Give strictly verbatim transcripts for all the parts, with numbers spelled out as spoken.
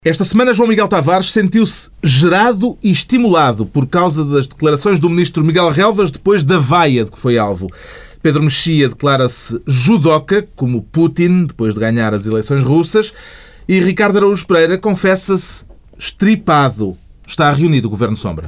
Esta semana, João Miguel Tavares sentiu-se gerado e estimulado por causa das declarações do ministro Miguel Relvas depois da vaia de que foi alvo. Pedro Mexia declara-se judoca, como Putin, depois de ganhar as eleições russas, e Ricardo Araújo Pereira confessa-se estripado. Está reunido o Governo Sombra.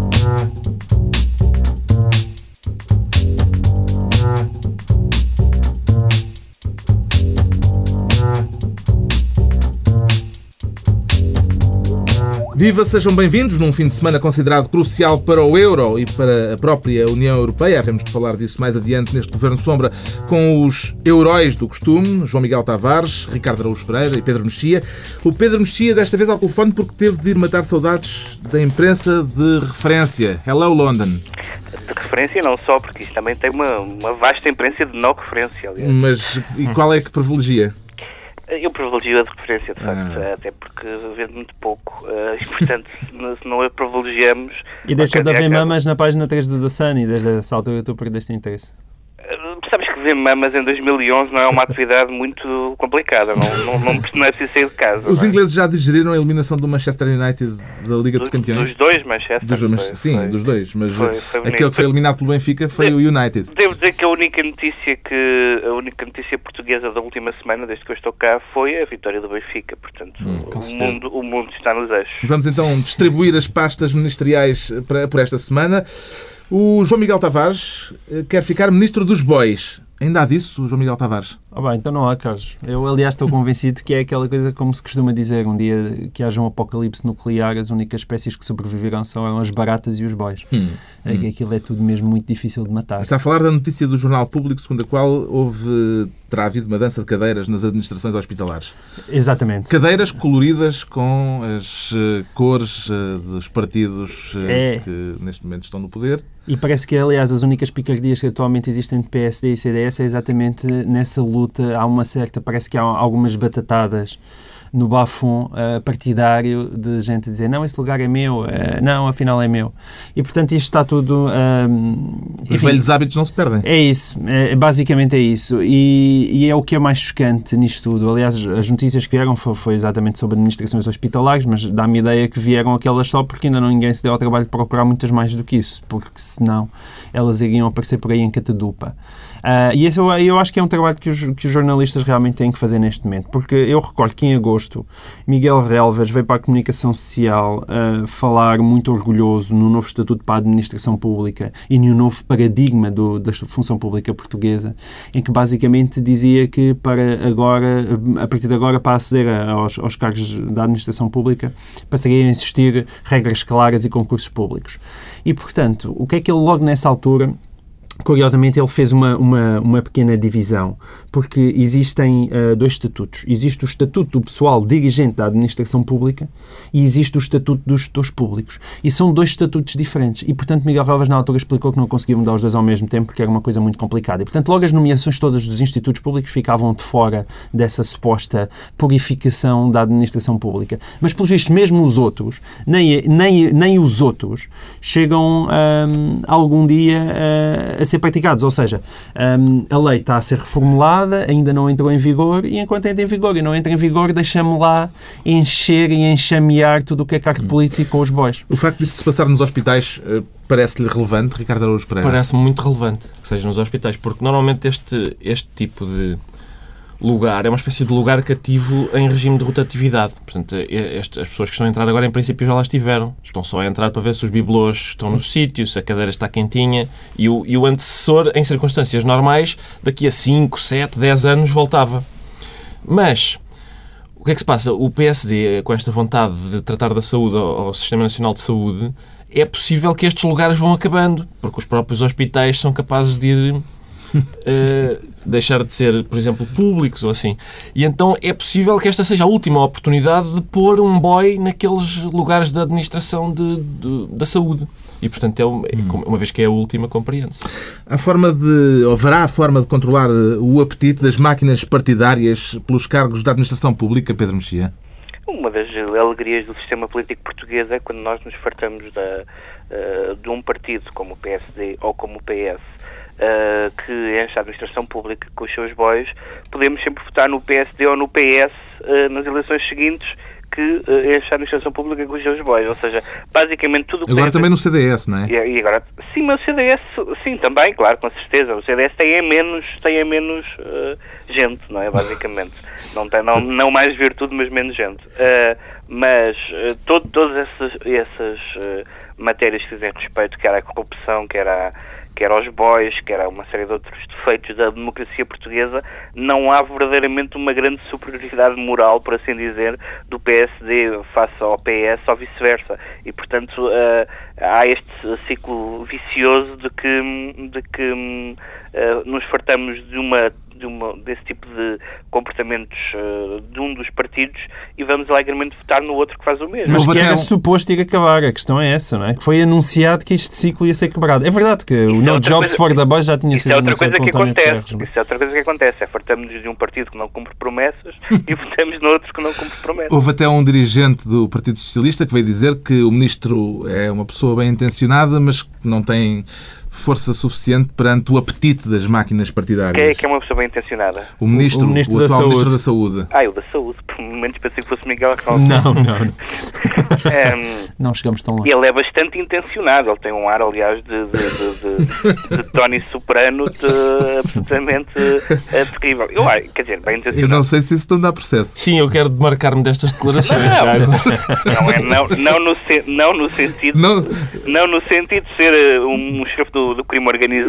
Viva, sejam bem-vindos num fim de semana considerado crucial para o euro e para a própria União Europeia. Havemos de falar disso mais adiante neste Governo Sombra com os heróis do costume, João Miguel Tavares, Ricardo Araújo Pereira e Pedro Mexia. O Pedro Mexia desta vez ao telefone porque teve de ir matar saudades da imprensa de referência. Hello, London. De referência não só, porque isto também tem uma, uma vasta imprensa de não referência, aliás. Mas e qual é que privilegia? Eu privilegio a de referência, de facto, ah. até porque vendo muito pouco, uh, e portanto, se não a privilegiamos... E deixou de haver mamas na página três do The Sun e desde essa altura tu perdeste interesse. Uh, sabes que ver mamas em dois mil e onze não é uma atividade muito complicada, não, não, não, não é preciso sair de casa. Os não é? ingleses já digeriram a eliminação do Manchester United da Liga dos do, Campeões? Dos dois Manchester. Dos, mas, foi, sim, foi, dos dois, mas foi, foi aquele que foi eliminado pelo Benfica foi devo, o United. Devo dizer que a única notícia que a única notícia portuguesa da última semana, desde que eu estou cá, foi a vitória do Benfica. Portanto, hum, o, mundo, o mundo está nos eixos. Vamos então distribuir as pastas ministeriais para, por esta semana. O João Miguel Tavares quer ficar ministro dos bois. Ainda há disso, João Miguel Tavares? Oh, bem, então não há, Carlos. Eu, aliás, estou convencido que é aquela coisa, como se costuma dizer, um dia que haja um apocalipse nuclear, as únicas espécies que sobreviverão são as baratas e os bois. Hum, é, hum. Aquilo é tudo mesmo muito difícil de matar. Está a falar da notícia do Jornal Público, segundo a qual houve, terá havido uma dança de cadeiras nas administrações hospitalares. Exatamente. Cadeiras coloridas com as uh, cores uh, dos partidos uh, é. que neste momento estão no poder. E parece que, aliás, as únicas picardias que atualmente existem de P S D e C D S é exatamente nessa luta. Há uma certa, parece que há algumas batatadas no bafão uh, partidário de gente a dizer não, esse lugar é meu, uh, não, afinal é meu. E, portanto, isto está tudo... Uh, Os enfim, velhos hábitos não se perdem. É isso, é, basicamente é isso. E, e é o que é mais chocante nisto tudo. Aliás, as notícias que vieram foi, foi exatamente sobre administrações hospitalares, mas dá-me ideia que vieram aquelas só porque ainda não ninguém se deu ao trabalho de procurar muitas mais do que isso, porque senão elas iriam aparecer por aí em catadupa. Uh, e esse eu, eu acho que é um trabalho que os, que os jornalistas realmente têm que fazer neste momento, porque eu recordo que em agosto Miguel Relvas veio para a comunicação social uh, falar muito orgulhoso no novo estatuto para a administração pública e no novo paradigma do, da função pública portuguesa, em que basicamente dizia que para agora, a partir de agora, para aceder aos, aos cargos da administração pública, passariam a existir regras claras e concursos públicos. E, portanto, o que é que ele logo nessa altura... Curiosamente, ele fez uma, uma, uma pequena divisão, porque existem uh, dois estatutos. Existe o estatuto do pessoal dirigente da administração pública e existe o estatuto dos gestores públicos. E são dois estatutos diferentes. E, portanto, Miguel Relvas, na altura, explicou que não conseguia mudar os dois ao mesmo tempo, porque era uma coisa muito complicada. E, portanto, logo as nomeações todas dos institutos públicos ficavam de fora dessa suposta purificação da administração pública. Mas, pelos vistos, mesmo os outros, nem, nem, nem os outros, chegam um, algum dia a, a ser praticados, ou seja, um, a lei está a ser reformulada, ainda não entrou em vigor, e enquanto entra em vigor e não entra em vigor, deixa-me lá encher e enxamear tudo o que é cargo político com os bois. O facto disto se passar nos hospitais uh, parece-lhe relevante, Ricardo Araújo Pereira? Parece-me muito relevante que seja nos hospitais, porque normalmente este, este tipo de lugar é uma espécie de lugar cativo em regime de rotatividade. Portanto, este, as pessoas que estão a entrar agora, em princípio, já lá estiveram. Estão só a entrar para ver se os bibelôs estão no sítio, se a cadeira está quentinha. E o, e o antecessor, em circunstâncias normais, daqui a cinco, sete, dez anos, voltava. Mas o que é que se passa? O P S D, com esta vontade de tratar da saúde ao, ao Sistema Nacional de Saúde, é possível que estes lugares vão acabando, porque os próprios hospitais são capazes de ir... Uh, deixar de ser, por exemplo, públicos ou assim. E então é possível que esta seja a última oportunidade de pôr um boy naqueles lugares da administração de, de, da saúde. E, portanto, é uma, uma vez que é a última, compreende-se. A forma de, haverá a forma de controlar o apetite das máquinas partidárias pelos cargos da administração pública, Pedro Mexia? Uma das alegrias do sistema político português é quando nós nos fartamos da, uh, de um partido como o P S D ou como o P S, Uh, que enche a administração pública com os seus bois, podemos sempre votar no P S D ou no P S uh, nas eleições seguintes, que uh, a administração pública com os seus bois. Ou seja, basicamente tudo o que Agora tem também no C D S, não é? E, e agora, sim, mas o C D S, sim, também, claro, com certeza. O C D S tem a menos, tem a menos uh, gente, não é? Basicamente. Não tem, não, não mais virtude, mas menos gente. Uh, mas uh, todo, todas essas, essas uh, matérias que dizem respeito, quer à corrupção, quer à quer aos bois, quer a uma série de outros defeitos da democracia portuguesa, não há verdadeiramente uma grande superioridade moral, por assim dizer, do P S D face ao P S ou vice-versa. E, portanto, uh, há este ciclo vicioso de que, de que uh, nos fartamos de uma De uma, desse tipo de comportamentos uh, de um dos partidos e vamos alegremente votar no outro que faz o mesmo. Mas que era um... suposto ir acabar, a questão é essa, não é? Que foi anunciado que este ciclo ia ser quebrado. É verdade que isso o é No Jobs coisa... for the Boys já tinha isso sido é outra anunciado coisa que pelo António acontece. Guterres. Isso é outra coisa que acontece. É fartamos-nos de um partido que não cumpre promessas e votamos no outro que não cumpre promessas. Houve até um dirigente do Partido Socialista que veio dizer que o ministro é uma pessoa bem intencionada, mas que não tem força suficiente perante o apetite das máquinas partidárias. Quem é que é uma pessoa bem intencionada? O ministro, O- o, o ministro o da atual Saúde. ministro da Saúde. Ah, o da Saúde. Por momentos pensei que fosse Miguel Arcão. Não, não, não. Um, Não chegamos tão longe. Ele é bastante intencionado. Ele tem um ar, aliás, de, de, de, de, de Tony Soprano de, absolutamente uh, terrível. Eu, ah, quer dizer, bem Eu intencionado. não sei se isso não dá processo. Sim, eu quero demarcar-me destas declarações. Não. já agora. Não, é, não, não, no, se- não no sentido Não, não no sentido de ser uh, um chefe do, do crime organizado,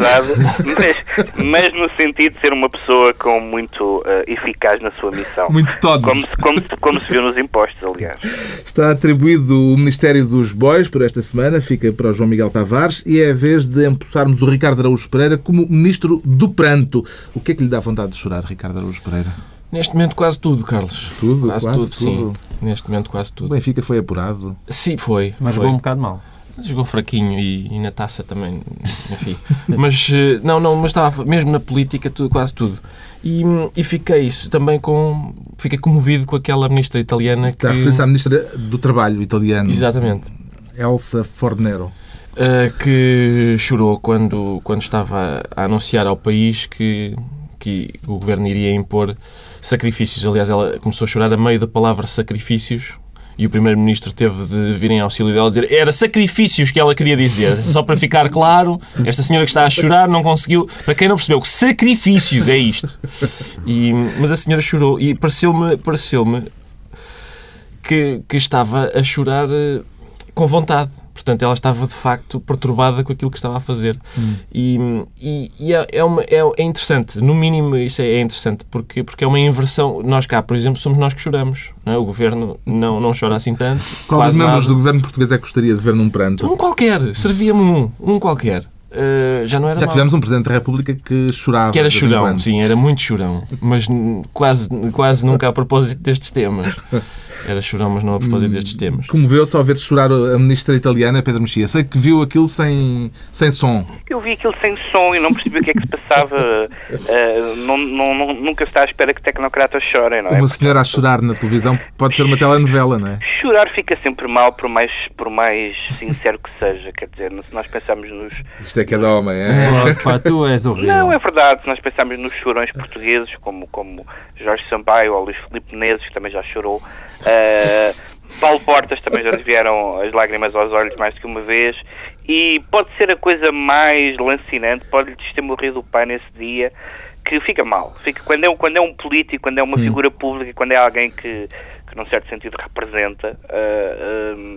mas, mas no sentido de ser uma pessoa com muito uh, eficaz na sua missão. muito todos. Como, se- como, se- como se viu nos impostos, aliás. Está atribuído o Ministério dos Bois por esta semana, fica para o João Miguel Tavares, e é a vez de empossarmos o Ricardo Araújo Pereira como Ministro do Pranto. O que é que lhe dá vontade de chorar, Ricardo Araújo Pereira? Neste momento quase tudo, Carlos. Tudo? Quase, Quase tudo, sim. tudo. Neste momento quase O tudo. Benfica foi apurado. Sim, foi. Mas foi. jogou um bocado mal. Jogou fraquinho e, e na taça também, enfim. Mas, eh, não, não, mas estava mesmo na política, tudo, quase tudo. E, e fiquei isso também com... Fiquei comovido com aquela ministra italiana que... Está a referir-se à Ministra do Trabalho italiano. Exatamente. Elsa Fornero. Uh, que chorou quando, quando estava a anunciar ao país que, que o governo iria impor sacrifícios. Aliás, ela começou a chorar a meio da palavra sacrifícios e o primeiro-ministro teve de vir em auxílio dela dizer era sacrifícios que ela queria dizer. Só para ficar claro, esta senhora que está a chorar não conseguiu... Para quem não percebeu, que sacrifícios é isto? E, mas a senhora chorou e pareceu-me pareceu-me que, que estava a chorar uh, com vontade. Portanto, ela estava, de facto, perturbada com aquilo que estava a fazer. Hum. E, e, e é, é, uma, é, é interessante. No mínimo, isso é, é interessante. Porque, porque é uma inversão. Nós cá, por exemplo, somos nós que choramos. Não é? O governo não, não chora assim tanto. Qual dos membros nada. do governo português é que gostaria de ver num pranto? Um qualquer. Servia-me um. Um qualquer. Uh, já não era Já mal. tivemos um Presidente da República que chorava. Que era de vez em chorão, quando. sim, era muito chorão. Mas n- quase, quase nunca a propósito destes temas. Era chorão, mas não a propósito destes temas. Comoveu-se ao ver chorar a ministra italiana, Pedro Mexia. Sei que viu aquilo sem, sem som. Eu vi aquilo sem som e não percebi o que é que se passava. Uh, não, não, não, nunca se está à espera que tecnocratas chorem, não é? Uma senhora a chorar na televisão pode ser uma telenovela, não é? Chorar fica sempre mal, por mais, por mais sincero que seja. Quer dizer, se nós pensamos nos... Isto é que é de homem, é? Oh, pá, tu és horrível. Não, é verdade. Se nós pensamos nos chorões portugueses, como, como Jorge Sampaio ou Luís Filipe Menezes, que também já chorou, uh, Paulo Portas também já lhe vieram as lágrimas aos olhos mais do que uma vez, e pode ser a coisa mais lancinante, pode-lhe ter morrido o pai nesse dia, que fica mal. Fica, quando, é, quando é um político, quando é uma hum. figura pública, quando é alguém que, que num certo sentido, representa... Uh, um,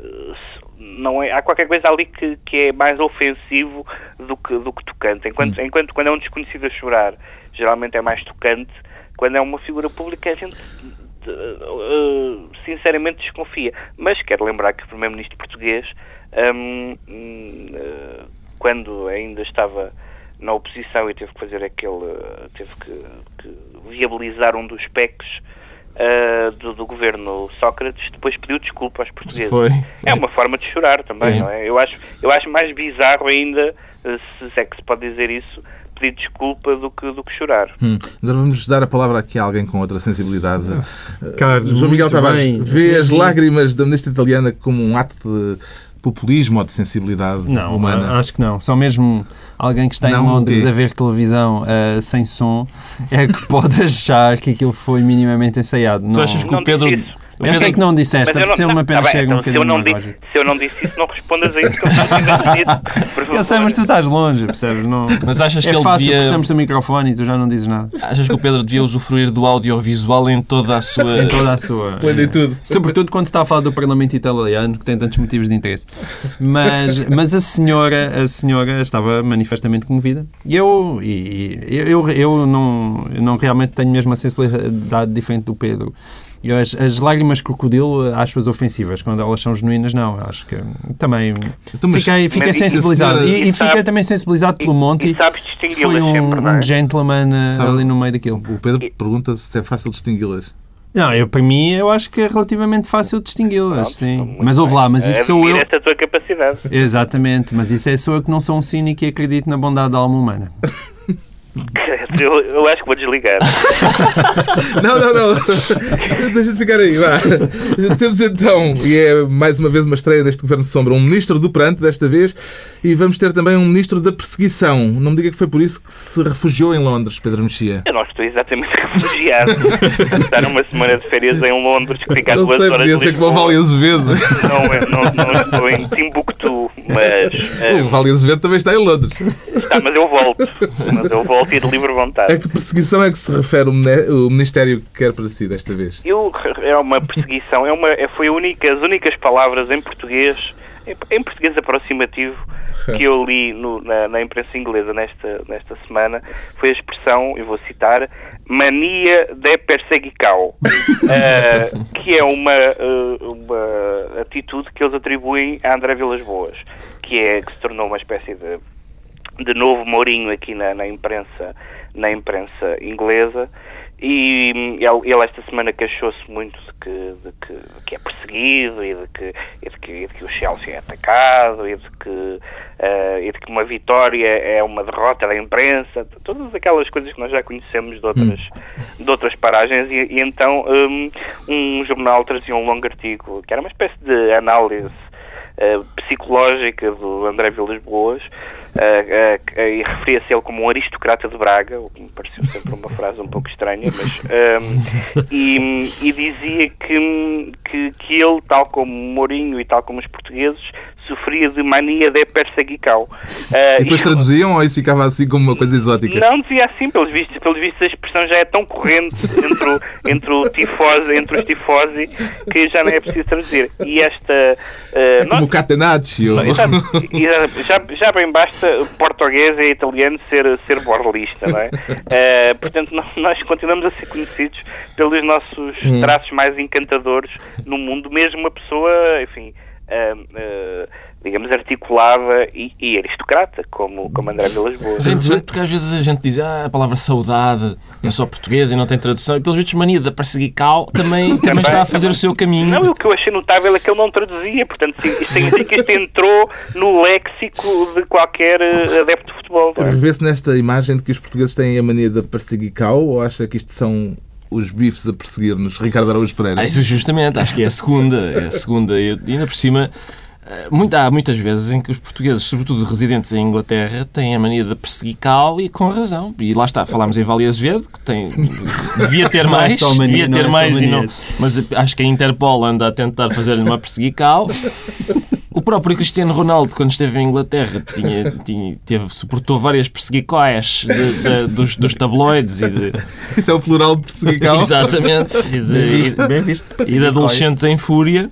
não é, há qualquer coisa ali que, que é mais ofensivo do que, do que tocante. Enquanto, hum. enquanto quando é um desconhecido a chorar, geralmente é mais tocante. Quando é uma figura pública, a gente uh, uh, sinceramente desconfia. Mas quero lembrar que o primeiro-ministro português, um, uh, quando ainda estava na oposição e teve que fazer aquele, uh, teve que, que viabilizar um dos P E Cs Uh, do, do governo Sócrates, depois pediu desculpa aos portugueses. Foi. É uma forma de chorar também, é. não é? Eu acho, eu acho mais bizarro ainda, se, se é que se pode dizer isso, pedir desculpa do que, do que chorar. Hum. Agora vamos dar a palavra aqui a alguém com outra sensibilidade. Carlos, João Miguel Tavares, bem. vê as lágrimas da ministra italiana como um ato de populismo ou de sensibilidade não, humana? Acho que não. Só mesmo alguém que está não, em Londres a ver televisão uh, sem som é que pode achar que aquilo foi minimamente ensaiado. Tu não... achas que não o Pedro... Eu sei que não disseste, Mas eu não- apeteceu uma tá pena bem, chega um então, se eu bocadinho não mais disse- lógico. Se eu não disse isso, não respondas a isso que eu não tivesse dito. Por Eu sei, favor. mas tu estás longe, percebes? Não... Mas achas é que ele fácil, devia... cortamos-te o microfone e tu já não dizes nada. Achas que o Pedro devia usufruir do audiovisual em toda a sua... Em toda a sua... Põe de tudo. Sobretudo quando se está a falar do Parlamento italiano, que tem tantos motivos de interesse. Mas, mas a senhora, a senhora estava manifestamente comovida. E eu, e, e- eu, eu, não, eu não realmente tenho mesmo a sensibilidade diferente do Pedro. Eu, as, as lágrimas de crocodilo acho-as ofensivas. Quando elas são genuínas, não. Acho que também Então, mas- fiquei, fiquei mas isso, sensibilizado. senhora- E, e e fiquei sabe- também sensibilizado pelo Monti, E sabes que distingui-las foi um, sempre, não é? um gentleman uh, Sabe- ali no meio daquilo. O Pedro pergunta se é fácil distingui-las. Não, eu, para mim, eu acho que é relativamente fácil distingui-las, Pronto, sim. muito Mas ouve bem. lá, mas isso sou Admiro eu... esta tua capacidade. Exatamente, mas isso é só eu que não sou um cínico e acredito na bondade da alma humana. Eu, eu acho que vou desligar. Não, não, não. Deixa de ficar aí, vá. Temos então, e é mais uma vez uma estreia deste Governo de Sombra, um ministro do pranto, desta vez, e vamos ter também um ministro da perseguição. Não me diga que foi por isso que se refugiou em Londres, Pedro Mexia. Eu não estou exatamente refugiado. Estar uma semana de férias em Londres, que fica a Não duas sei, horas podia de ser que o Vale Azevedo. Não, é- não, não estou em Timbuktu, mas... eh, O Vale Azevedo também está em Londres. tá, mas eu volto. Mas eu volto e de livre vontade. A que perseguição é que se refere o mine- o Ministério que quer para si desta vez? Eu, é uma perseguição, é uma, é- foi a única, as únicas palavras em português, em português aproximativo, que eu li no- na, na imprensa inglesa nesta, nesta semana, foi a expressão, eu vou citar, mania de perseguical, eh, que é uma, eh, uma atitude que eles atribuem a André Vilas Boas, que, é, que se tornou uma espécie de de novo Mourinho aqui na, na imprensa na imprensa inglesa, e hum, ele, ele esta semana queixou-se muito de que, de, que, de que é perseguido e de que, e de que, e de que o Chelsea é atacado e de, que, uh, e de que uma vitória é uma derrota da imprensa, todas aquelas coisas que nós já conhecemos de outras, hum. de outras paragens, e, e então um, um jornal trazia um longo artigo que era uma espécie de análise Uh, psicológica do André Vilas Boas, uh, uh, uh, e referia-se a ele como um aristocrata de Braga, o que me pareceu sempre uma frase um pouco estranha, mas um, e, e dizia que, que, que ele, tal como Mourinho e tal como os portugueses, sofria de mania de perseguical. Uh, E depois e- traduziam ou isso ficava assim como uma coisa exótica? Não dizia assim, pelos vistos, pelos vistos a expressão já é tão corrente entre o, entre o tifose, entre os tifosi, que já não é preciso traduzir. E esta... Uh, É como nós- o Catenaccio. Exato. E já, já bem basta português e italiano ser, ser borlista, não é? Eh, portanto, nós, nós continuamos a ser conhecidos pelos nossos Hum. traços mais encantadores no mundo, mesmo uma pessoa, enfim, eh, eh, digamos, articulada e, e aristocrata, como, como André Vilas Boas. Mas é interessante porque às vezes a gente diz ah, a palavra saudade é só portuguesa e não tem tradução, e pelos vistos mania da perseguical também, também, Também, está a fazer também. o seu caminho. Não, e o que eu achei notável é que ele não traduzia, portanto, isso significa que isto entrou no léxico de qualquer eh, adepto de futebol. Não é? Revê-se nesta imagem de que os portugueses têm a mania da perseguical ou acha que isto são os bifes a perseguir-nos? Ricardo Araújo Pereira. Ah, isso justamente, acho que é a segunda. É a segunda. E ainda por cima, muito, há muitas vezes em que os portugueses, sobretudo residentes em Inglaterra, têm a mania de perseguical e com razão. E lá está, falámos em Vale Azevedo, que tem, devia ter Não é mais, só mania, devia não ter é só mais, e não, manias. mas acho que a Interpol anda a tentar fazer-lhe uma perseguical. O próprio Cristiano Ronaldo, quando esteve em Inglaterra, tinha, tinha, teve, suportou várias perseguicais de- de- dos, dos tabloides e de, Isso é o plural de perseguical. exatamente, e de, e de- Bem visto. e de adolescentes em fúria.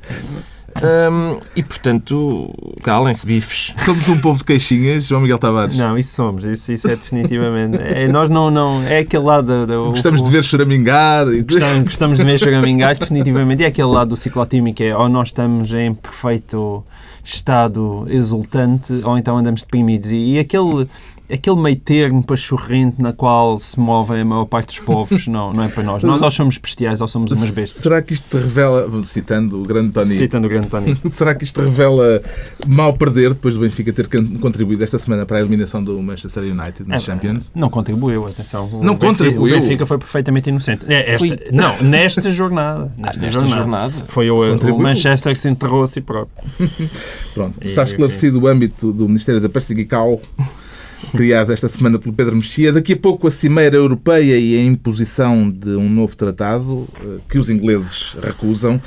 Hum, e, portanto, calem-se, bifes. Somos um povo de queixinhas, João Miguel Tavares. Não, isso somos, isso, isso é definitivamente. É, nós não, não. É aquele lado. Do, Gostamos o, de ver choramingar. E... Gostamos, gostamos de ver choramingar, definitivamente. E é aquele lado do ciclotímico, é ou nós estamos em perfeito estado exultante, ou então andamos deprimidos. E, e aquele, aquele meio termo pachorrento na qual se movem a maior parte dos povos, não, não é para nós. Nós ou somos bestiais ou somos umas bestas. Será que isto revela, citando o grande Tony, Citando o grande Tony. será que isto revela mal perder depois do Benfica ter can- contribuído esta semana para a eliminação do Manchester United nos É, Champions? Não contribuiu, atenção. O Não Benfica- contribuiu? O Benfica foi perfeitamente inocente. É, esta, Foi- Não, nesta jornada. Nesta, nesta jornada. jornada. Foi o, o Contribuiu? Manchester que se enterrou a si próprio. Pronto, E- está esclarecido o âmbito do Ministério da Perseguical. criado esta semana pelo Pedro Mexia. Daqui a pouco a Cimeira Europeia e a imposição de um novo tratado que os ingleses recusam,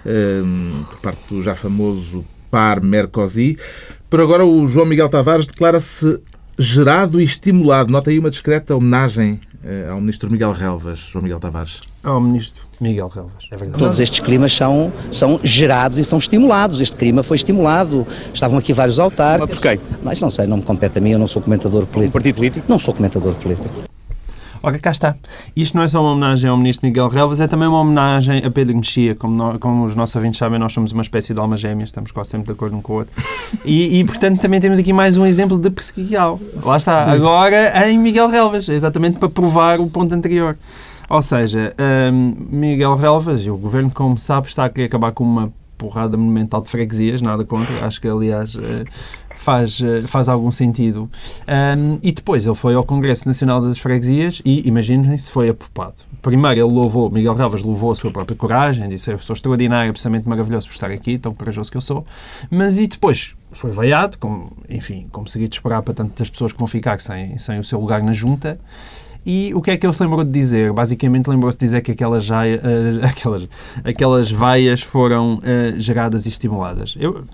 por parte do já famoso par Mercosi. Por agora, o João Miguel Tavares declara-se gerado e estimulado. Nota aí uma discreta homenagem ao ministro Miguel Relvas. João Miguel Tavares. Ao ministro Miguel Relvas, é verdade. Todos estes crimes são, são gerados e são estimulados. Este crime foi estimulado. Estavam aqui vários altares. Mas por quem? Mas não sei, não me compete a mim, eu não sou comentador político. Um partido político? Não sou comentador político. Ora, cá está. Isto não é só uma homenagem ao ministro Miguel Relvas, é também uma homenagem a Pedro Mexia. Como, nós, como os nossos ouvintes sabem, nós somos uma espécie de almas gêmeas, estamos quase sempre de acordo um com o outro. E, e, portanto, também temos aqui mais um exemplo de perseguial. Lá está, agora em Miguel Relvas, exatamente para provar o ponto anterior. Ou seja, um, Miguel Relvas e o governo, como sabe, está a querer acabar com uma porrada monumental de freguesias, nada contra, acho que, aliás, faz, faz algum sentido. Um, e depois ele foi ao Congresso Nacional das Freguesias e, imaginem-se, foi apopado. Primeiro ele louvou, Miguel Relvas louvou a sua própria coragem, disse: eu sou extraordinário, absolutamente maravilhoso por estar aqui, tão corajoso que eu sou. Mas e depois foi vaiado, como, enfim, como seria de esperar para tantas pessoas que vão ficar sem, sem o seu lugar na junta. E o que é que ele se lembrou de dizer? Basicamente lembrou-se de dizer que aquelas, jaia, uh, aquelas, aquelas vaias foram uh, geradas e estimuladas. Eu,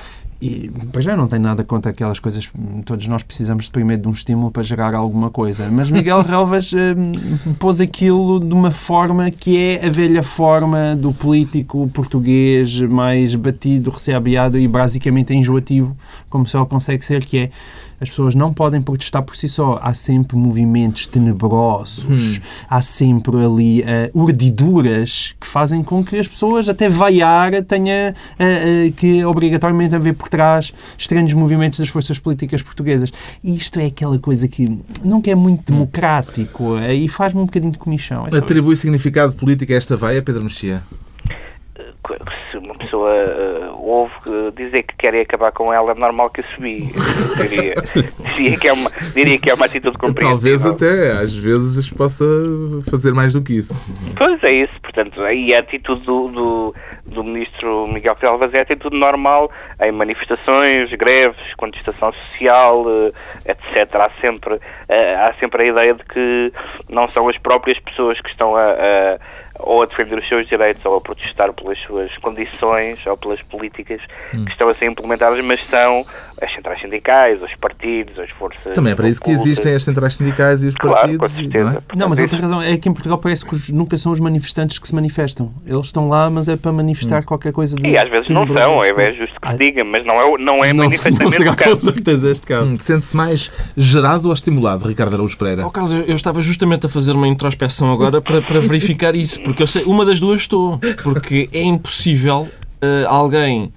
e, pois já não tenho nada contra aquelas coisas, todos nós precisamos de primeiro de um estímulo para gerar alguma coisa, mas Miguel Relvas uh, pôs aquilo de uma forma que é a velha forma do político português mais batido, receabeado e basicamente enjoativo, como só consegue ser, que é: as pessoas não podem protestar por si só. Há sempre movimentos tenebrosos, hum. há sempre ali uh, urdiduras que fazem com que as pessoas, até vaiar, tenha uh, uh, que obrigatoriamente haver por trás estranhos movimentos das forças políticas portuguesas. E isto é aquela coisa que nunca é muito democrático uh, e faz-me um bocadinho de comichão. É Atribui isso. Significado político a esta vaia, Pedro Mexia? Se uma pessoa uh, ouve uh, dizer que querem acabar com ela, é normal que assobie. Diria, diria, que é uma, diria que é uma atitude compreensível. Talvez até, às vezes, possa fazer mais do que isso. Pois é isso. Portanto, aí a atitude do, do, do ministro Miguel Relvas é a atitude normal em manifestações, greves, contestação social, uh, etcétera. Há sempre, uh, há sempre a ideia de que não são as próprias pessoas que estão a... a ou a defender os seus direitos, ou a protestar pelas suas condições, ou pelas políticas hum. que estão a ser implementadas, mas são as centrais sindicais, os partidos, as forças... Também é para isso que existem as centrais sindicais e os claro, partidos. Com certeza. Não, é? Não, mas ele tem razão. É que em Portugal parece que os, nunca são os manifestantes que se manifestam. Eles estão lá, mas é para manifestar hum. qualquer coisa de... E às vezes não são, é justo que se diga, mas não é, não é não, manifestamente não o caso. Este caso. Hum, sente-se mais gerado ou estimulado, Ricardo Araújo Pereira? Oh, Carlos, eu, eu estava justamente a fazer uma introspeção agora para, para verificar isso, porque eu sei, uma das duas estou, porque é impossível uh, alguém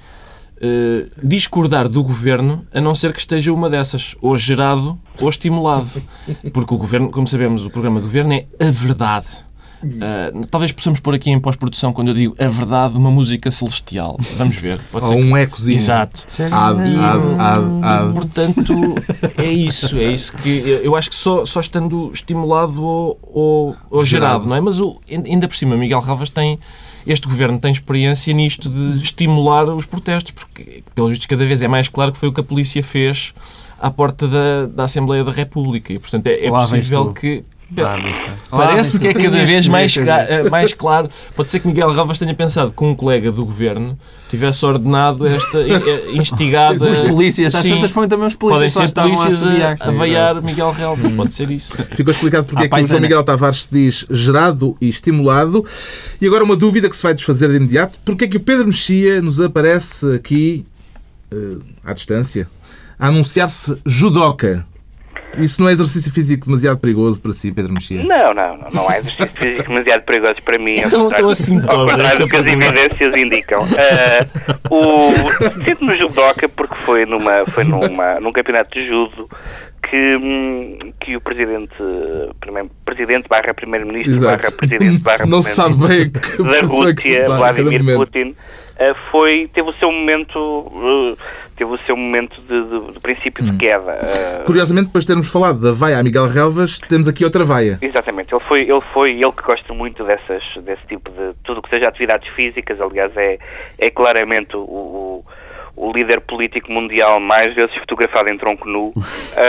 uh, discordar do governo, a não ser que esteja uma dessas, ou gerado ou estimulado. Porque o governo, como sabemos, o programa do governo é a verdade. Uh, talvez possamos pôr aqui em pós-produção, quando eu digo a verdade, uma música celestial. Vamos ver. Pode ser ou um que... ecozinho. Exato. Ad, ad, ad, ad. Portanto, é isso. É isso que eu acho que só, só estando estimulado ou, ou, ou gerado, não é? Mas o, ainda por cima, Miguel Relvas tem... Este governo tem experiência nisto de estimular os protestos, porque, pelos vistos, cada vez é mais claro que foi o que a polícia fez à porta da, da Assembleia da República. E, portanto, é, é possível que... Ah, Parece que é cada vez mais, mais claro. Pode ser que Miguel Relvas tenha pensado que um colega do governo tivesse ordenado esta instigada. Os polícias, às tantas foram também os polícias. Podem ser polícias a, a vaiar Miguel Relvas. Hum. Pode ser isso. Ficou explicado porque ah, é que o João Miguel Tavares se diz gerado e estimulado. E agora uma dúvida que se vai desfazer de imediato: porque é que o Pedro Mexia nos aparece aqui, uh, à distância, a anunciar-se judoca? Isso não é exercício físico demasiado perigoso para si, Pedro Mexia? Não, não, não, não é exercício físico demasiado perigoso para mim. Então, ao contrário do que as evidências indicam. Uh, o sinto-me judoca porque foi, numa, foi numa, num campeonato de judo que, que o presidente, primeiro, presidente barra primeiro-ministro barra presidente barra não sabe bem que da Rússia, Vladimir Putin, uh, foi, teve o seu momento... Uh, teve o seu momento de, de, de princípio hum. de queda. Uh... Curiosamente, depois de termos falado da vaia a Miguel Relvas, temos aqui outra vaia. Exatamente. Ele foi ele, foi, ele que gosta muito dessas, desse tipo de... Tudo o que seja atividades físicas, aliás, é, é claramente o, o, o líder político mundial mais vezes fotografado em tronco nu, uh,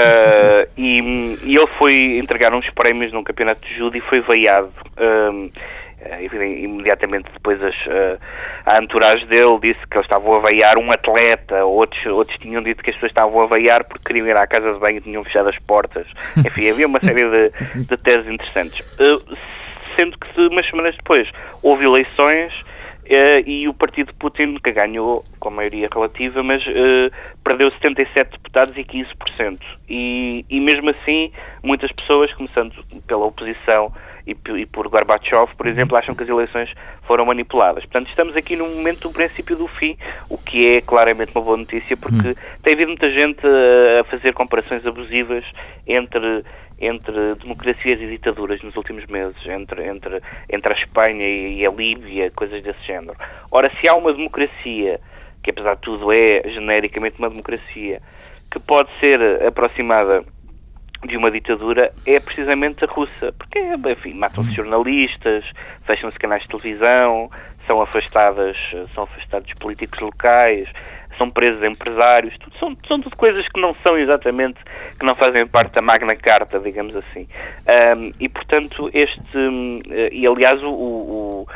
e, e ele foi entregar uns prémios num campeonato de judo e foi vaiado. Uh, imediatamente depois as, uh, a entourage dele disse que eles estavam a vaiar um atleta, outros, outros tinham dito que as pessoas estavam a vaiar porque queriam ir à casa de banho e tinham fechado as portas. Enfim, havia uma série de, de teses interessantes. Uh, sendo que umas semanas depois houve eleições uh, e o partido de Putin, que ganhou com maioria relativa, mas uh, perdeu setenta e sete deputados e quinze por cento. E, e mesmo assim, muitas pessoas, começando pela oposição, E, e por Gorbachev, por exemplo, acham que as eleições foram manipuladas. Portanto, estamos aqui num momento do princípio do fim, o que é claramente uma boa notícia, porque hum. tem havido muita gente a fazer comparações abusivas entre, entre democracias e ditaduras nos últimos meses, entre, entre, entre a Espanha e a Líbia, coisas desse género. Ora, se há uma democracia, que apesar de tudo é genericamente uma democracia, que pode ser aproximada de uma ditadura, é precisamente a russa, porque, enfim, matam-se jornalistas, fecham-se canais de televisão, são afastadas, são afastados políticos locais, são presos empresários, tudo, são, são tudo coisas que não são exatamente, que não fazem parte da Magna Carta, digamos assim. Um, e, portanto, este, um, e aliás, o, o,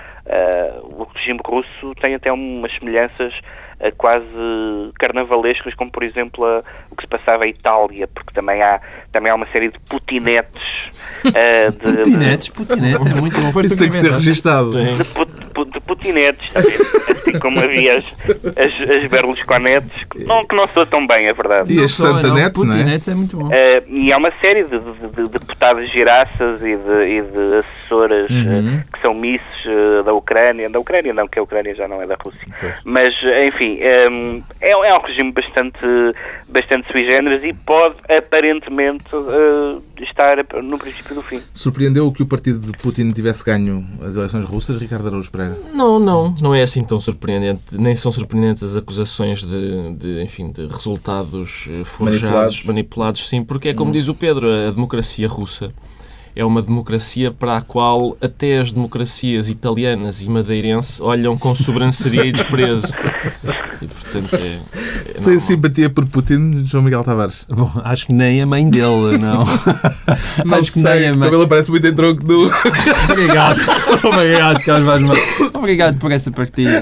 uh, o regime russo tem até umas semelhanças uh, quase carnavalescas, como, por exemplo, a, o que se passava em Itália, porque também há, também há uma série de putinetes. Uh, de, putinetes, putinetes, é muito bom. Isso tem que ser registado. De, de, de putinetes, assim como havia as, as, as Berlusconetes, que não, que não soa tão bem, é verdade. E as Santanetes, não é? Putinetes é muito bom. Uh, e há uma série de, de, de deputadas giraças e de, e de assessoras uhum. uh, que são misses uh, da Ucrânia, da Ucrânia não, que a Ucrânia já não é da Rússia. Pois. Mas, enfim, um, é, é um regime bastante, bastante sui generis e pode, aparentemente, uh, estar no princípio do fim. Surpreendeu que o partido de Putin tivesse ganho as eleições russas, Ricardo Araújo Pereira? Não, não. Não é assim tão surpreendente. Nem são surpreendentes as acusações de, de enfim, de resultados forjados, manipulados, manipulados sim, porque é como hum. diz o Pedro, a democracia russa é uma democracia para a qual até as democracias italianas e madeirense olham com sobranceria e desprezo. E, portanto, é, é Tem simpatia por Putin, João Miguel Tavares? Bom, acho que nem a mãe dele, não. Não acho sei, que nem a mãe... ele aparece muito em tronco do... Obrigado. Obrigado, Carlos Vaz Marques. Obrigado por essa partilha.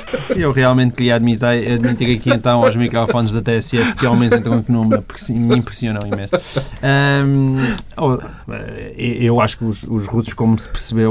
Eu realmente queria admitir, admitir aqui então aos microfones da T S F que homens em tronco nu me impressionam imenso. Um, oh, eu acho que os, os russos, como se percebeu,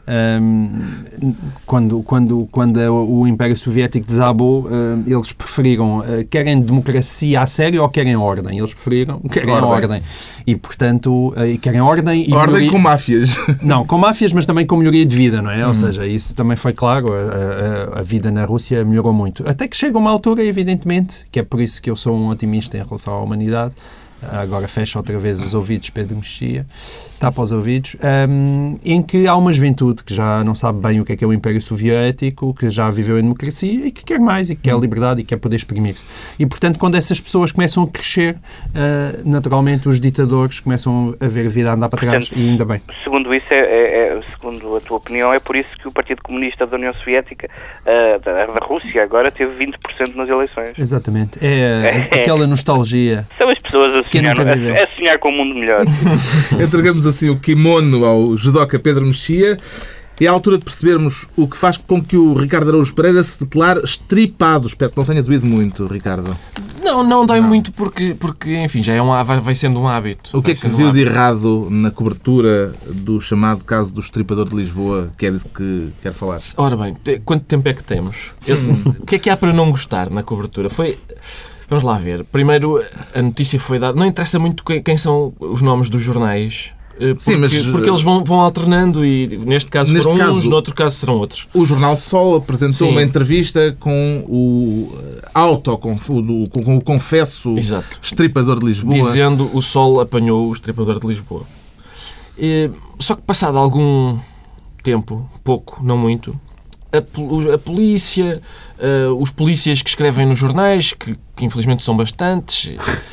um, quando, quando, quando o Império Soviético desabou, um, eles preferiram, uh, querem democracia a sério ou querem ordem? Eles preferiram, querem ordem. ordem. E, portanto, uh, querem ordem... E ordem melhoria... com máfias. Não, com máfias, mas também com melhoria de vida, não é? Hum. Ou seja, isso também foi claro, a, a, a vida na Rússia melhorou muito. Até que chega uma altura, evidentemente, que é por isso que eu sou um otimista em relação à humanidade. Agora fecha outra vez os ouvidos, Pedro Mexia, tapa os ouvidos, um, em que há uma juventude que já não sabe bem o que é que é o Império Soviético, que já viveu em democracia e que quer mais, e que quer liberdade e que quer poder exprimir-se. E, portanto, quando essas pessoas começam a crescer, uh, naturalmente os ditadores começam a ver a vida a andar para trás, portanto, e ainda bem. Segundo isso, é, é, é, segundo a tua opinião, é por isso que o Partido Comunista da União Soviética, uh, da, da Rússia, agora teve vinte por cento nas eleições. Exatamente. É, é aquela nostalgia. São as pessoas a sonhar, a, a sonhar com um mundo melhor. Entregamos assim o kimono ao judoca Pedro Mexia. É a altura de percebermos o que faz com que o Ricardo Araújo Pereira se declare estripado. Espero que não tenha doído muito, Ricardo. Não, não dói não. muito porque, porque, enfim, já é um, vai, vai sendo um hábito. O que é que viu um de errado na cobertura do chamado caso do estripador de Lisboa, que é disso que quer falar? Ora bem, quanto tempo é que temos? Eu, o que é que há para não gostar na cobertura? Foi... Vamos lá ver. Primeiro, a notícia foi dada... Não interessa muito quem são os nomes dos jornais, porque, Sim, mas, porque eles vão, vão alternando e neste caso neste foram caso, uns, no outro caso serão outros. O Jornal Sol apresentou Sim. uma entrevista com o auto, com, o, com o confesso Exato. estripador de Lisboa. Dizendo o Sol apanhou o estripador de Lisboa. E, só que passado algum tempo, pouco, não muito... A, a polícia, uh, os polícias que escrevem nos jornais, que, que infelizmente são bastantes,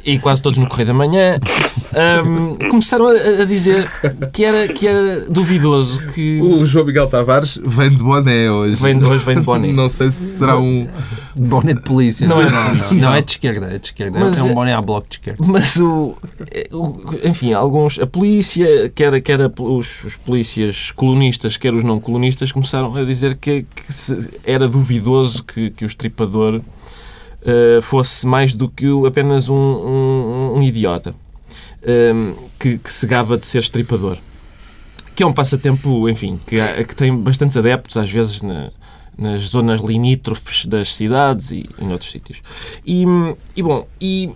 e quase todos no Correio da Manhã, um, começaram a, a dizer que era, que era duvidoso que... O João Miguel Tavares vem de boné hoje. Vem de hoje, vem de boné. Não sei se será um... Boné de polícia. Não, Não, é de não, polícia, não, não. é de esquerda, é de esquerda. Mas é um é- boné à bloco de esquerda. Mas o, o- enfim, alguns, a polícia, quer, quer a- os, os polícias colonistas, quer os não colonistas, começaram a dizer que, que se- era duvidoso que, que o estripador eh, fosse mais do que o- apenas um, um- um idiota ehm, que, que se gaba de ser estripador. Que é um passatempo, enfim, que, há- que tem bastantes adeptos, às vezes na- nas zonas limítrofes das cidades e em outros sítios. E, e bom, e,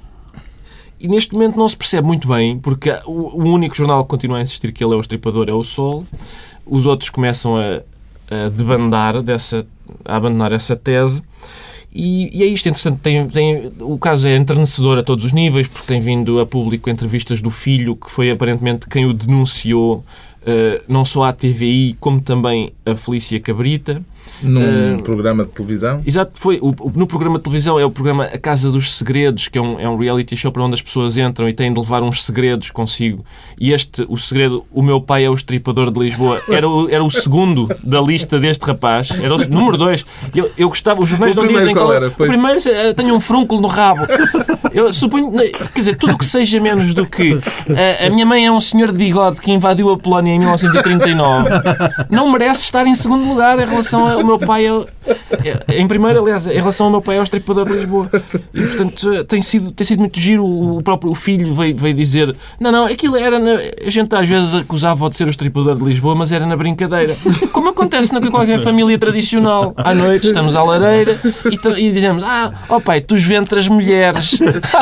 e neste momento não se percebe muito bem, porque o, o único jornal que continua a insistir que ele é o estripador é o Sol, os outros começam a, a debandar dessa, a abandonar essa tese. E, e é isto, entretanto, tem, tem, o caso é enternecedor a todos os níveis, porque tem vindo a público entrevistas do filho, que foi aparentemente quem o denunciou, uh, não só à T V I, como também a Felícia Cabrita. Num Uh, programa de televisão. Exato, foi o, o- no programa de televisão é o programa A Casa dos Segredos, que é um, é um reality show para onde as pessoas entram e têm de levar uns segredos consigo. E este, o segredo, o meu pai é o estripador de Lisboa, era o, era o segundo da lista deste rapaz, era o número dois. Eu, eu gostava, os jornais O não primeiro dizem qual qual era? O Pois. primeiro, eh, tenho um frúnculo no rabo. Eu suponho, quer dizer, tudo o que seja menos do que a, a minha mãe é um senhor de bigode que invadiu a Polónia em mil novecentos e trinta e nove, não merece estar em segundo lugar em relação ao meu pai. É, é, em primeiro, aliás, em relação ao meu pai, é o estripador de Lisboa. E, portanto, tem sido, tem sido muito giro. O próprio filho veio, veio dizer: não, não, aquilo era. Na... A gente às vezes acusava-o de ser o estripador de Lisboa, mas era na brincadeira. Como acontece na qualquer família tradicional. À noite estamos à lareira e, tra- e dizemos: ah, ó pai, tu esventras mulheres.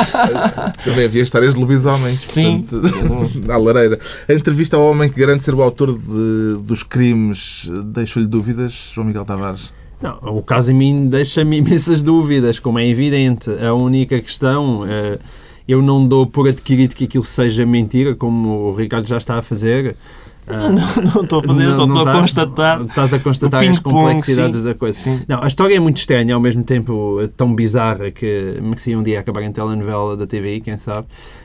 Também havia histórias de lobisomens. Sim. Portanto, à lareira. A entrevista ao homem que garante ser o autor de, dos crimes deixou-lhe dúvidas, João Miguel Tavares? Não, o caso em mim deixa-me imensas dúvidas, como é evidente. A única questão, eh, eu não dou por adquirido que aquilo seja mentira, como o Ricardo já está a fazer. Não, não estou a fazer, Não- só não estou a estás- constatar. Estás a constatar o as ping-pong, complexidades sim. da coisa. Sim. Não, a história é muito estranha, ao mesmo tempo tão bizarra que merecia um dia acabar em telenovela da T V I, quem sabe.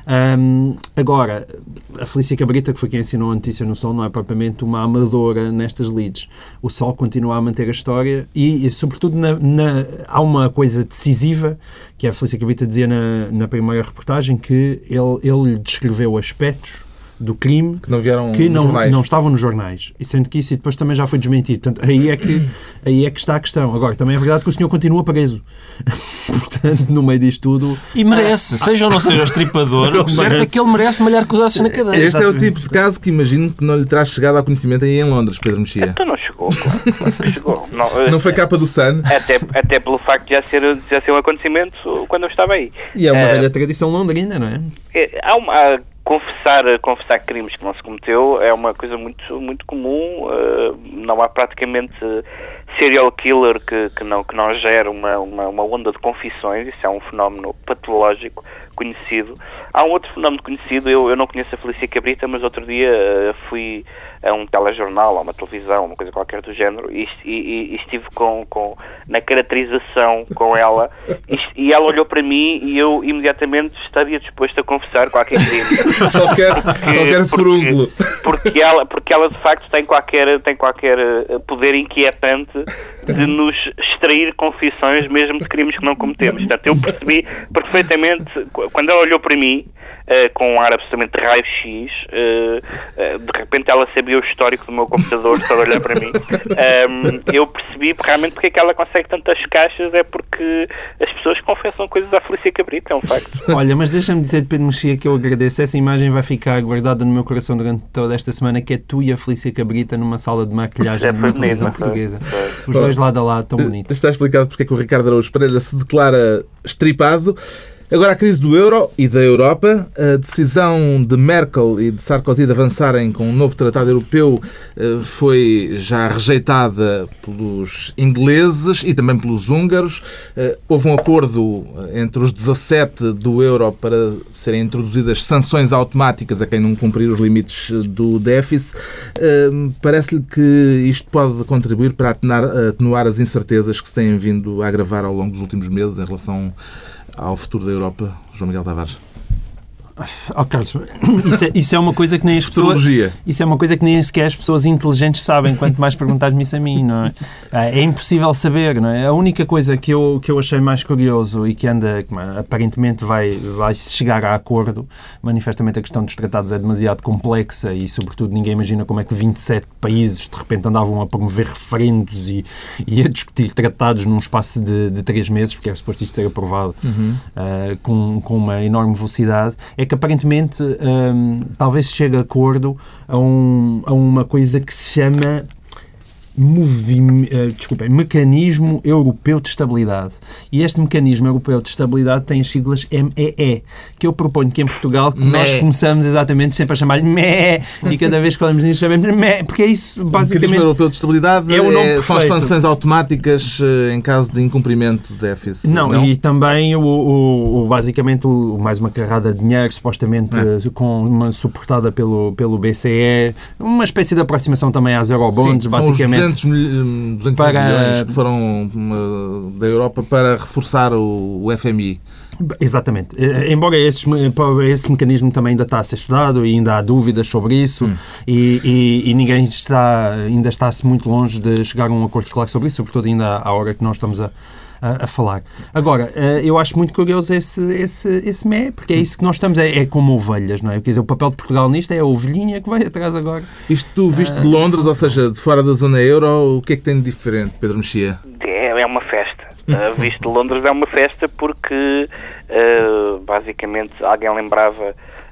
Ahm, agora, a Felícia Cabrita, que foi quem ensinou a notícia no Sol, não é propriamente uma amadora nestas leads. O Sol continua a manter a história e, e sobretudo, na, na- há uma coisa decisiva, que a Felícia Cabrita dizia na, na primeira reportagem, que ele, ele lhe descreveu aspectos do crime Que não vieram que nos não, jornais. não estavam nos jornais. E sendo que isso e depois também já foi desmentido. Portanto, aí é, que, aí é que está a questão. Agora, também é verdade que o senhor continua preso. Portanto, no meio disto tudo... E merece, seja ou não seja o estripador, o certo é que ele merece malhar com os ossos na cadeira. Este é o Exatamente. tipo de caso que imagino que não lhe terá chegado ao conhecimento aí em Londres, Pedro Mexia. Então não chegou, claro. Claro que chegou. Não, Não foi capa do Sun? até, até pelo facto de já ser, já ser um acontecimento quando eu estava aí. E é uma Eh, velha tradição londrina, não é? É, há uma, há confessar, confessar crimes que não se cometeu é uma coisa muito, muito comum. Uh, não há praticamente serial killer que, que, não, que não gera uma, uma, uma onda de confissões. Isso é um fenómeno patológico conhecido. Há um outro fenómeno conhecido, eu, eu não conheço a Felícia Cabrita, mas outro dia uh, fui a um telejornal, a uma televisão, uma coisa qualquer do género, e, e, e estive com, com, na caracterização com ela, e, e ela olhou para mim e eu imediatamente estaria disposto a confessar qualquer crime. Qualquer, qualquer furúnculo. Porque, porque, ela, porque ela de facto tem qualquer, tem qualquer uh, poder inquietante de nos extrair confissões mesmo de crimes que não cometemos. Portanto, eu percebi perfeitamente, quando ela olhou para mim, Uh, com um ar absolutamente raio-x, uh, uh, de repente ela sabia o histórico do meu computador só de olhar para mim. Um, eu percebi realmente porque é que ela consegue tantas caixas, é porque as pessoas confessam coisas à Felícia Cabrita, é um facto. Olha, mas deixa-me dizer de Pedro Mexia que eu agradeço. Essa imagem vai ficar guardada no meu coração durante toda esta semana, que é tu e a Felícia Cabrita numa sala de maquilhagem É, numa foi televisão bonito, foi, portuguesa. foi. Os dois lado a lado, tão bonitos. Está explicado porque é que o Ricardo Araújo Pereira se declara estripado. Agora a crise do euro e da Europa, a decisão de Merkel e de Sarkozy de avançarem com um novo tratado europeu foi já rejeitada pelos ingleses e também pelos húngaros. Houve um acordo entre os dezassete do euro para serem introduzidas sanções automáticas a quem não cumprir os limites do déficit. Parece-lhe que isto pode contribuir para atenuar, atenuar as incertezas que se têm vindo a agravar ao longo dos últimos meses em relação ao futuro da Europa, João Miguel Tavares? Oh, Carlos, isso é, isso é uma coisa que nem as pessoas... Isso é uma coisa que nem sequer as pessoas inteligentes sabem, quanto mais perguntares-me isso a mim, não é? É impossível saber, não é? A única coisa que eu, que eu achei mais curioso e que anda, aparentemente vai, vai chegar a acordo, manifestamente a questão dos tratados é demasiado complexa e, sobretudo, ninguém imagina como é que vinte e sete países de repente andavam a promover referendos e, e a discutir tratados num espaço de, de três meses, porque é suposto isto ser aprovado uhum. uh, com, com uma enorme velocidade. É que aparentemente um, talvez se chegue a acordo a, um, a uma coisa que se chama Movim, uh, desculpem, Mecanismo Europeu de Estabilidade. E este Mecanismo Europeu de Estabilidade tem as siglas M E E, que eu proponho que em Portugal que nós começamos exatamente sempre a chamar-lhe M E E, e cada vez que falamos nisso chamamos M E E, porque é isso basicamente... O Mecanismo Europeu de Estabilidade é o nome é, são as sanções automáticas uh, em caso de incumprimento de déficit. Não, não? E também o, o, o, basicamente o, mais uma carrada de dinheiro, supostamente é. com uma suportada pelo, pelo B C E, uma espécie de aproximação também às Eurobonds, Sim, basicamente. duzentos para... milhões que foram uh, da Europa para reforçar o, o F M I. Exatamente. Embora esse, esse mecanismo também ainda está a ser estudado e ainda há dúvidas sobre isso hum. e, e, e ninguém está, ainda está-se muito longe de chegar a um acordo claro sobre isso, sobretudo ainda à hora que nós estamos a A, a falar. Agora, eu acho muito curioso esse, esse, esse M E, porque é isso que nós estamos, é, é como ovelhas, não é? Quer dizer, o papel de Portugal nisto é a ovelhinha que vai atrás agora. Isto tu visto de Londres, ou seja, de fora da zona euro, o que é que tem de diferente, Pedro Mexia? É, é uma festa. Uh, visto de Londres é uma festa porque, uh, basicamente, alguém lembrava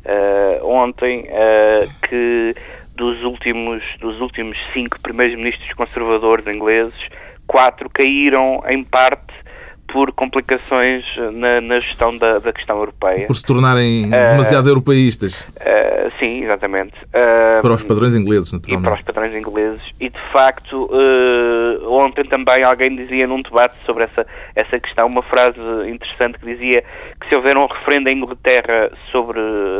uh, ontem uh, que dos últimos, dos últimos cinco primeiros ministros conservadores ingleses, quatro caíram em parte por complicações na, na gestão da, da questão europeia. Por se tornarem uh, demasiado europeístas. Uh, sim, exatamente. Uh, para os padrões ingleses, naturalmente. E para os padrões ingleses. E, de facto, uh, ontem também alguém dizia num debate sobre essa, essa questão uma frase interessante que dizia que se houver um referendo em Inglaterra sobre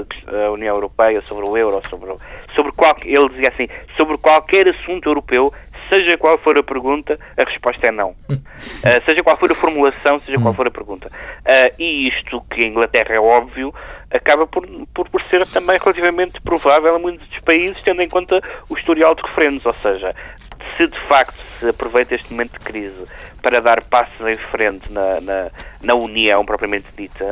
a União Europeia, sobre o euro, sobre, sobre qual, ele dizia assim, sobre qualquer assunto europeu, seja qual for a pergunta, a resposta é não. Uh, seja qual for a formulação, seja qual for a pergunta. Uh, e isto, que a Inglaterra é óbvio, acaba por, por, por ser também relativamente provável em muitos países, tendo em conta o historial de referendos. Ou seja, se de facto se aproveita este momento de crise para dar passos em frente na, na, na União propriamente dita,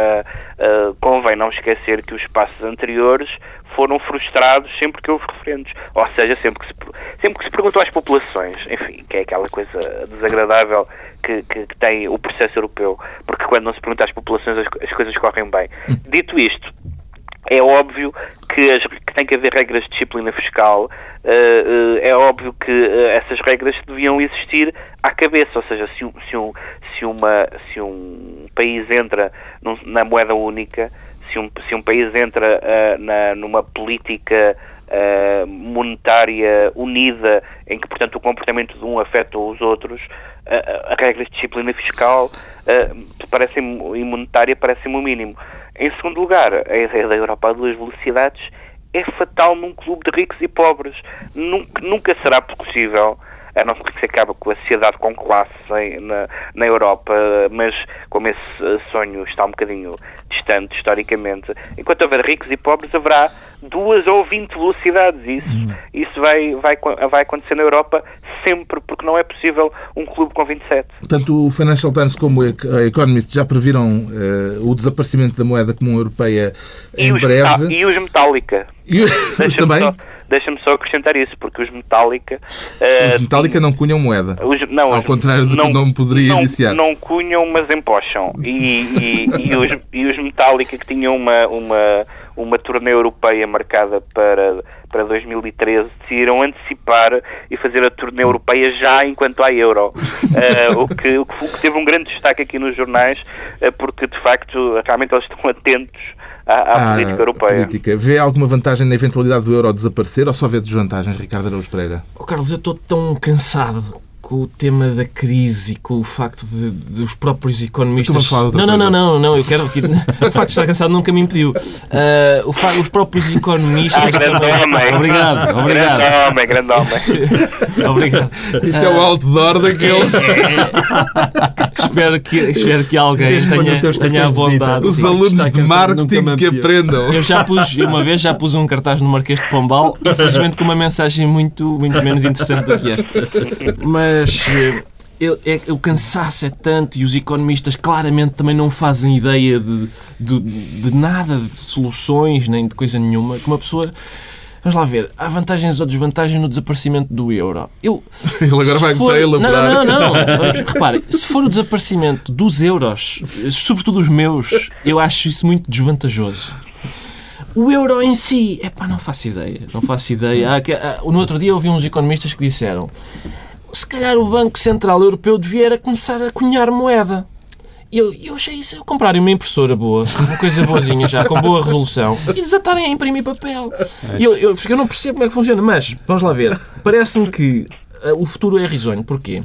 uh, uh, convém não esquecer que os passos anteriores foram frustrados sempre que houve referendos. Ou seja, sempre que se, sempre que se perguntou às populações, enfim, que é aquela coisa desagradável que, que, que tem o processo europeu, porque quando não se pergunta às populações as, as coisas correm bem. Dito isto, é óbvio que, as, que tem que haver regras de disciplina fiscal, uh, uh, é óbvio que uh, essas regras deviam existir à cabeça, ou seja, se, um, se, um, se, uma, se um país entra num, na moeda única, se um, se um país entra uh, na, numa política uh, monetária unida, em que, portanto, o comportamento de um afeta os outros, uh, a regras de disciplina fiscal uh, parecem, e monetária parecem-me o mínimo. Em segundo lugar, a ideia da Europa a duas velocidades é fatal num clube de ricos e pobres. Nunca, nunca será possível, a não ser que se acabe com a sociedade com classe em, na, na Europa, mas como esse sonho está um bocadinho distante historicamente, enquanto houver ricos e pobres haverá duas ou vinte velocidades. Isso, hum. isso vai, vai, vai acontecer na Europa sempre, porque não é possível um clube com vinte e sete. Tanto o Financial Times como a Economist já previram uh, o desaparecimento da moeda comum europeia e em os breve. Metal, e os Metallica. E os também? Só, deixa-me só acrescentar isso, porque os Metallica... Uh, os Metallica não cunham moeda. Os, não, ao os, contrário do não, que o nome poderia não, iniciar. Não cunham, mas empocham. E, e, e, os, e os Metallica, que tinham uma... uma uma turnê europeia marcada para, para dois mil e treze, decidiram antecipar e fazer a turnê europeia já enquanto há euro. Uh, o, que, o que teve um grande destaque aqui nos jornais, uh, porque, de facto, realmente eles estão atentos à, à ah, política europeia. Política. Vê alguma vantagem na eventualidade do euro desaparecer ou só vê desvantagens, Ricardo Araújo Pereira? Oh, Carlos, eu estou tão cansado com o tema da crise, com o facto de, de os próprios economistas... Não, não, não, não, não, não, eu quero... Que... o facto de estar cansado nunca me impediu. Uh, o fa... Os próprios economistas... Ah, grande também... homem. Obrigado, obrigado. Grande homem, grande homem. Obrigado. Isto é o outdoor daqueles. espero, que, espero que alguém Desde quando os tenha, teus tenha a cartões de bondade. Os Sim, alunos está de cansado, marketing nunca me que apetece. aprendam. Eu já pus, uma vez já pus um cartaz no Marquês de Pombal, infelizmente com uma mensagem muito, muito menos interessante do que esta. Mas eh, eu- é, o cansaço é tanto e os economistas claramente também não fazem ideia de, de, de nada, de soluções, nem de coisa nenhuma, que uma pessoa... Vamos lá ver, há vantagens ou desvantagens no desaparecimento do euro. Eu, Ele agora vai se começar a for- elaborar. Não, não, não. não. Vamos- Repare, se for o desaparecimento dos euros, sobretudo os meus, eu acho isso muito desvantajoso. O euro em si, epá, não faço ideia. Não faço ideia. Há que- há- no outro dia ouvi uns economistas que disseram se calhar o Banco Central Europeu devia era começar a cunhar moeda. E eu, eu achei isso, eu comprarem uma impressora boa, uma coisa boazinha já, com boa resolução, e desatarem a imprimir papel. E eu, eu, eu não percebo como é que funciona, mas vamos lá ver. Parece-me que uh, o futuro é risonho. Porquê?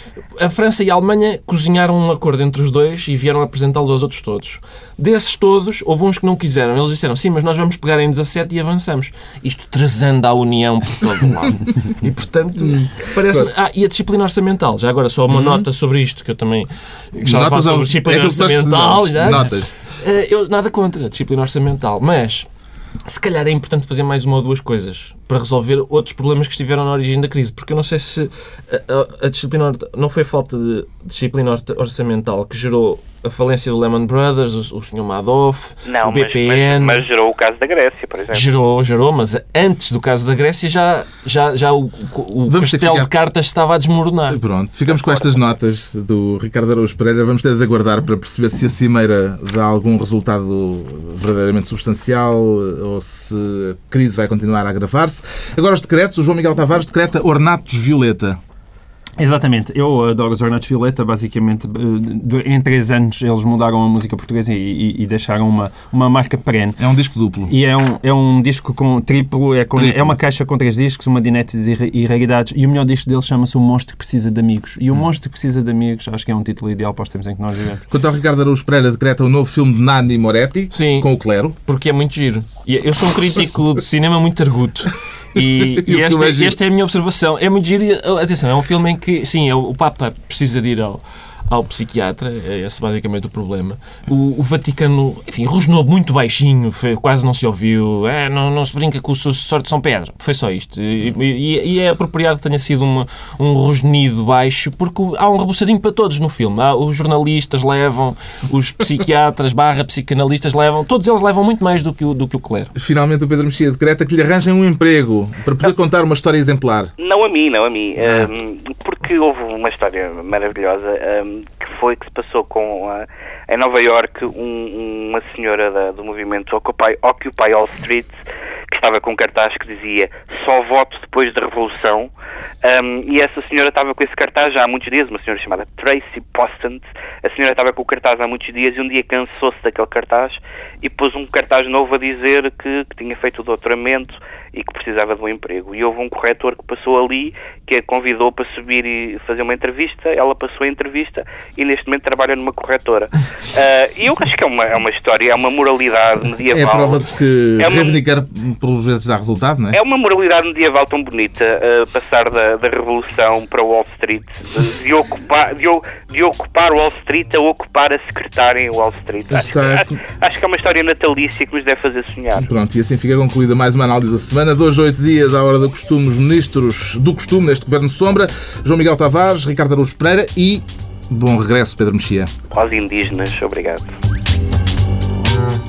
A França e a Alemanha cozinharam um acordo entre os dois e vieram apresentá-lo aos outros todos. Desses todos, houve uns que não quiseram. Eles disseram, sim, mas nós vamos pegar em dezassete e avançamos. Isto trazendo a União por todo lado. E, portanto, parece-me... Ah, e a disciplina orçamental. Já agora, só uma nota sobre isto, que eu também... Já Notas falo ao- sobre disciplina é aquilo que nós orçamental. precisamos. já. Notas. Eh, Eu nada contra a disciplina orçamental, mas se calhar é importante fazer mais uma ou duas coisas para resolver outros problemas que estiveram na origem da crise, porque eu não sei se a, a, a disciplina or- não foi falta de disciplina or- orçamental que gerou a falência do Lehman Brothers, o, o senhor Madoff, Não, o B mas, P N... mas, mas gerou o caso da Grécia, por exemplo. Gerou, gerou, mas antes do caso da Grécia já, já, já o, o Vamos ter que castelo ficar- de cartas estava a desmoronar. Pronto, ficamos com estas notas do Ricardo Araújo Pereira. Vamos ter de aguardar para perceber se a cimeira dá algum resultado verdadeiramente substancial ou se a crise vai continuar a agravar-se. Agora os decretos. O João Miguel Tavares decreta ornatos violeta. Exatamente. Eu adoro os Ornatos Violeta. Basicamente, de- em três anos eles mudaram a música portuguesa e, e- e deixaram uma, uma marca perene. É um disco duplo. E é um, é um disco com triplo, é, com, Triplo. é uma caixa com três discos, uma de inéditas e ra- e raridades, e o melhor disco deles chama-se O Monstro que Precisa de Amigos. E O Monstro que Precisa de Amigos, acho que é um título ideal para os tempos em que nós vivemos. Quanto ao Ricardo Araújo Pereira, decreta o novo filme de Nanni Moretti, Sim. com o Clero. Porque é muito giro. E eu sou um crítico de cinema muito arguto. E, E o e esta, filme é giro. esta é a minha observação. É muito giro. e, atenção, é um filme em que, sim, o Papa precisa de ir ao, ao psiquiatra. É esse basicamente o problema. O, o Vaticano, enfim, rosnou muito baixinho, foi, quase não se ouviu. É, não, não se brinca com o sucessor de São Pedro. Foi só isto. E, e- e é apropriado que tenha sido uma, um rosnido baixo, porque há um rebuçadinho para todos no filme. Há, os jornalistas levam, os psiquiatras barra psicanalistas levam, todos eles levam muito mais do que o, do que o clero. Finalmente o Pedro Mexia decreta que lhe arranjem um emprego para poder contar uma história exemplar. Não a mim, não a mim. Um, porque houve uma história maravilhosa um, que foi que se passou com a, em Nova Iorque um, uma senhora da, do movimento Occupy, Occupy Wall Street que estava com um cartaz que dizia só voto depois da Revolução. Um, e essa senhora estava com esse cartaz já há muitos dias, uma senhora chamada Tracy Postant. A senhora estava com o cartaz há muitos dias e um dia cansou-se daquele cartaz e pôs um cartaz novo a dizer que, que tinha feito o doutoramento e que precisava de um emprego. E houve um corretor que passou ali, que a convidou para subir e fazer uma entrevista. Ela passou a entrevista e neste momento trabalha numa corretora. Uh, e eu acho que é uma, é uma história, é uma moralidade medieval. É a prova de que É uma- reivindicar por vezes dá resultado, não é? É uma moralidade medieval tão bonita, uh, passar da, da Revolução para Wall Street, de, de ocupar, de, o- de ocupar Wall Street a ocupar a secretária em Wall Street. Acho, que, Está- acho, acho que é uma história natalícia que nos deve fazer sonhar. Pronto, e assim fica concluída mais uma análise da semana. De hoje a oito dias, à hora do costume, os ministros do costume neste Governo Sombra, João Miguel Tavares, Ricardo Araújo Pereira e bom regresso, Pedro Mexia. Aos indígenas, obrigado.